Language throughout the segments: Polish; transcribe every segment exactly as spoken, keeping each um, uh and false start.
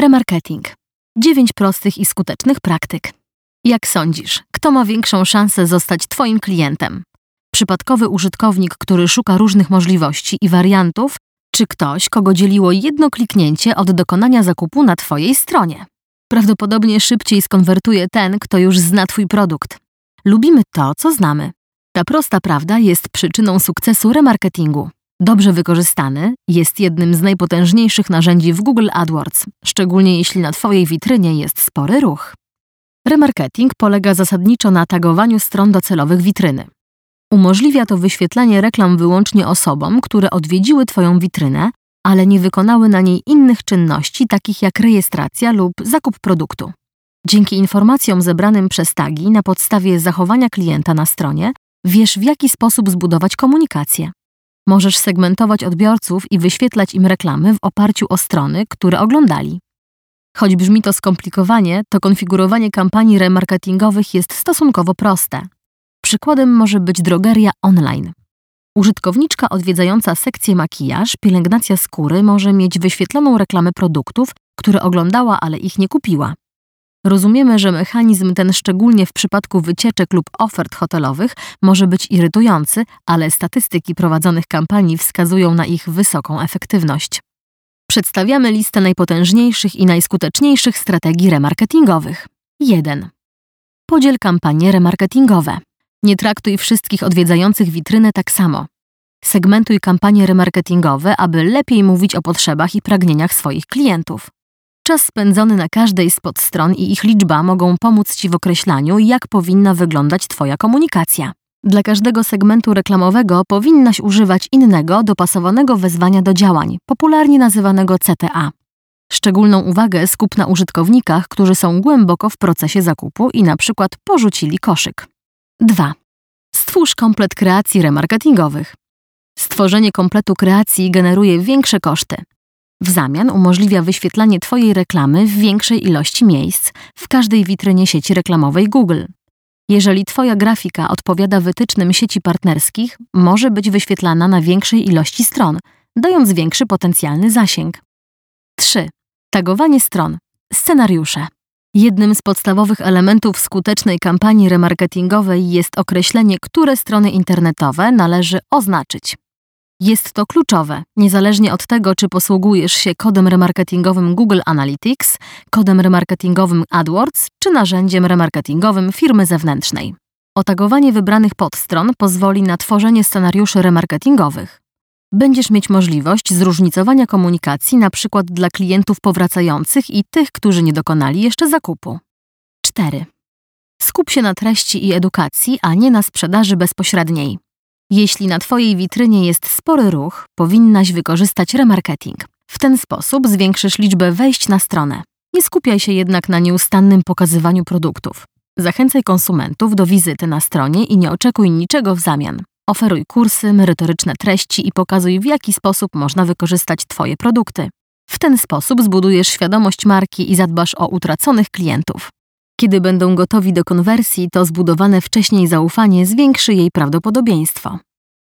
Remarketing. dziewięć prostych i skutecznych praktyk. Jak sądzisz, kto ma większą szansę zostać Twoim klientem? Przypadkowy użytkownik, który szuka różnych możliwości i wariantów, czy ktoś, kogo dzieliło jedno kliknięcie od dokonania zakupu na Twojej stronie? Prawdopodobnie szybciej skonwertuje ten, kto już zna Twój produkt. Lubimy to, co znamy. Ta prosta prawda jest przyczyną sukcesu remarketingu. Dobrze wykorzystany jest jednym z najpotężniejszych narzędzi w Google AdWords, szczególnie jeśli na Twojej witrynie jest spory ruch. Remarketing polega zasadniczo na tagowaniu stron docelowych witryny. Umożliwia to wyświetlanie reklam wyłącznie osobom, które odwiedziły Twoją witrynę, ale nie wykonały na niej innych czynności, takich jak rejestracja lub zakup produktu. Dzięki informacjom zebranym przez tagi na podstawie zachowania klienta na stronie, wiesz, w jaki sposób zbudować komunikację. Możesz segmentować odbiorców i wyświetlać im reklamy w oparciu o strony, które oglądali. Choć brzmi to skomplikowanie, to konfigurowanie kampanii remarketingowych jest stosunkowo proste. Przykładem może być drogeria online. Użytkowniczka odwiedzająca sekcję makijaż, pielęgnacja skóry może mieć wyświetloną reklamę produktów, które oglądała, ale ich nie kupiła. Rozumiemy, że mechanizm ten szczególnie w przypadku wycieczek lub ofert hotelowych może być irytujący, ale statystyki prowadzonych kampanii wskazują na ich wysoką efektywność. Przedstawiamy listę najpotężniejszych i najskuteczniejszych strategii remarketingowych. jeden. Podziel kampanie remarketingowe. Nie traktuj wszystkich odwiedzających witrynę tak samo. Segmentuj kampanie remarketingowe, aby lepiej mówić o potrzebach i pragnieniach swoich klientów. Czas spędzony na każdej z podstron i ich liczba mogą pomóc Ci w określaniu, jak powinna wyglądać Twoja komunikacja. Dla każdego segmentu reklamowego powinnaś używać innego, dopasowanego wezwania do działań, popularnie nazywanego C T A. Szczególną uwagę skup na użytkownikach, którzy są głęboko w procesie zakupu i na przykład porzucili koszyk. dwa. Stwórz komplet kreacji remarketingowych. Stworzenie kompletu kreacji generuje większe koszty. W zamian umożliwia wyświetlanie Twojej reklamy w większej ilości miejsc w każdej witrynie sieci reklamowej Google. Jeżeli Twoja grafika odpowiada wytycznym sieci partnerskich, może być wyświetlana na większej ilości stron, dając większy potencjalny zasięg. trzy. Tagowanie stron. Scenariusze. Jednym z podstawowych elementów skutecznej kampanii remarketingowej jest określenie, które strony internetowe należy oznaczyć. Jest to kluczowe, niezależnie od tego, czy posługujesz się kodem remarketingowym Google Analytics, kodem remarketingowym AdWords czy narzędziem remarketingowym firmy zewnętrznej. Otagowanie wybranych podstron pozwoli na tworzenie scenariuszy remarketingowych. Będziesz mieć możliwość zróżnicowania komunikacji np. dla klientów powracających i tych, którzy nie dokonali jeszcze zakupu. cztery. Skup się na treści i edukacji, a nie na sprzedaży bezpośredniej. Jeśli na Twojej witrynie jest spory ruch, powinnaś wykorzystać remarketing. W ten sposób zwiększysz liczbę wejść na stronę. Nie skupiaj się jednak na nieustannym pokazywaniu produktów. Zachęcaj konsumentów do wizyty na stronie i nie oczekuj niczego w zamian. Oferuj kursy, merytoryczne treści i pokazuj, w jaki sposób można wykorzystać Twoje produkty. W ten sposób zbudujesz świadomość marki i zadbasz o utraconych klientów. Kiedy będą gotowi do konwersji, to zbudowane wcześniej zaufanie zwiększy jej prawdopodobieństwo.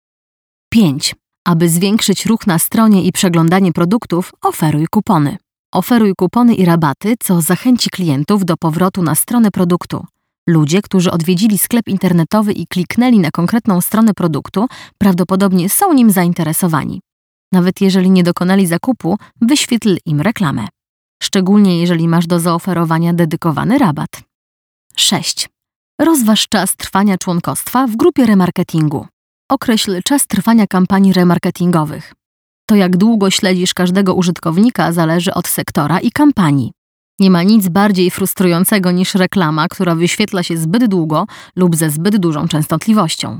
pięć. Aby zwiększyć ruch na stronie i przeglądanie produktów, oferuj kupony. Oferuj kupony i rabaty, co zachęci klientów do powrotu na stronę produktu. Ludzie, którzy odwiedzili sklep internetowy i kliknęli na konkretną stronę produktu, prawdopodobnie są nim zainteresowani. Nawet jeżeli nie dokonali zakupu, wyświetl im reklamę. Szczególnie jeżeli masz do zaoferowania dedykowany rabat. sześć. Rozważ czas trwania członkostwa w grupie remarketingu. Określ czas trwania kampanii remarketingowych. To, jak długo śledzisz każdego użytkownika, zależy od sektora i kampanii. Nie ma nic bardziej frustrującego niż reklama, która wyświetla się zbyt długo lub ze zbyt dużą częstotliwością.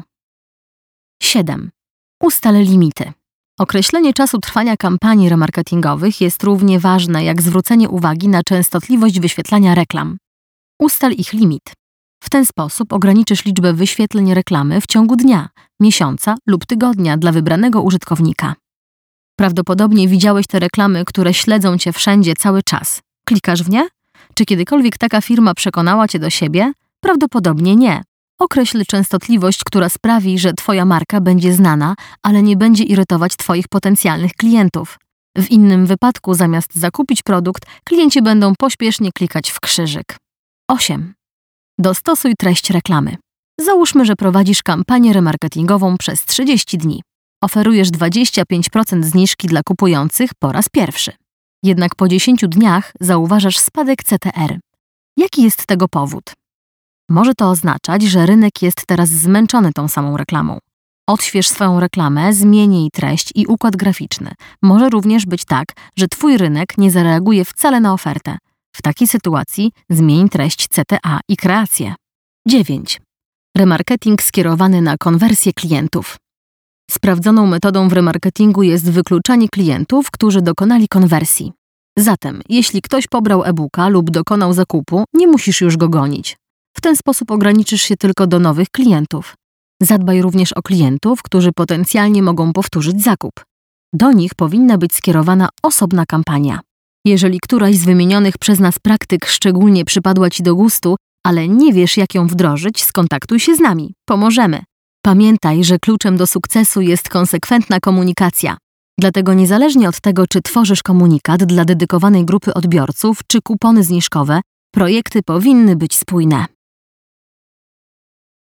siedem. Ustal limity. Określenie czasu trwania kampanii remarketingowych jest równie ważne jak zwrócenie uwagi na częstotliwość wyświetlania reklam. Ustal ich limit. W ten sposób ograniczysz liczbę wyświetleń reklamy w ciągu dnia, miesiąca lub tygodnia dla wybranego użytkownika. Prawdopodobnie widziałeś te reklamy, które śledzą Cię wszędzie cały czas. Klikasz w nie? Czy kiedykolwiek taka firma przekonała Cię do siebie? Prawdopodobnie nie. Określ częstotliwość, która sprawi, że Twoja marka będzie znana, ale nie będzie irytować Twoich potencjalnych klientów. W innym wypadku zamiast zakupić produkt, klienci będą pośpiesznie klikać w krzyżyk. osiem. Dostosuj treść reklamy. Załóżmy, że prowadzisz kampanię remarketingową przez trzydzieści dni. Oferujesz dwadzieścia pięć procent zniżki dla kupujących po raz pierwszy. Jednak po dziesięciu dniach zauważasz spadek C T R. Jaki jest tego powód? Może to oznaczać, że rynek jest teraz zmęczony tą samą reklamą. Odśwież swoją reklamę, zmień jej treść i układ graficzny. Może również być tak, że Twój rynek nie zareaguje wcale na ofertę. W takiej sytuacji zmień treść C T A i kreację. dziewięć. Remarketing skierowany na konwersję klientów. Sprawdzoną metodą w remarketingu jest wykluczanie klientów, którzy dokonali konwersji. Zatem, jeśli ktoś pobrał e-booka lub dokonał zakupu, nie musisz już go gonić. W ten sposób ograniczysz się tylko do nowych klientów. Zadbaj również o klientów, którzy potencjalnie mogą powtórzyć zakup. Do nich powinna być skierowana osobna kampania. Jeżeli któraś z wymienionych przez nas praktyk szczególnie przypadła Ci do gustu, ale nie wiesz, jak ją wdrożyć, skontaktuj się z nami. Pomożemy. Pamiętaj, że kluczem do sukcesu jest konsekwentna komunikacja. Dlatego niezależnie od tego, czy tworzysz komunikat dla dedykowanej grupy odbiorców, czy kupony zniżkowe, projekty powinny być spójne.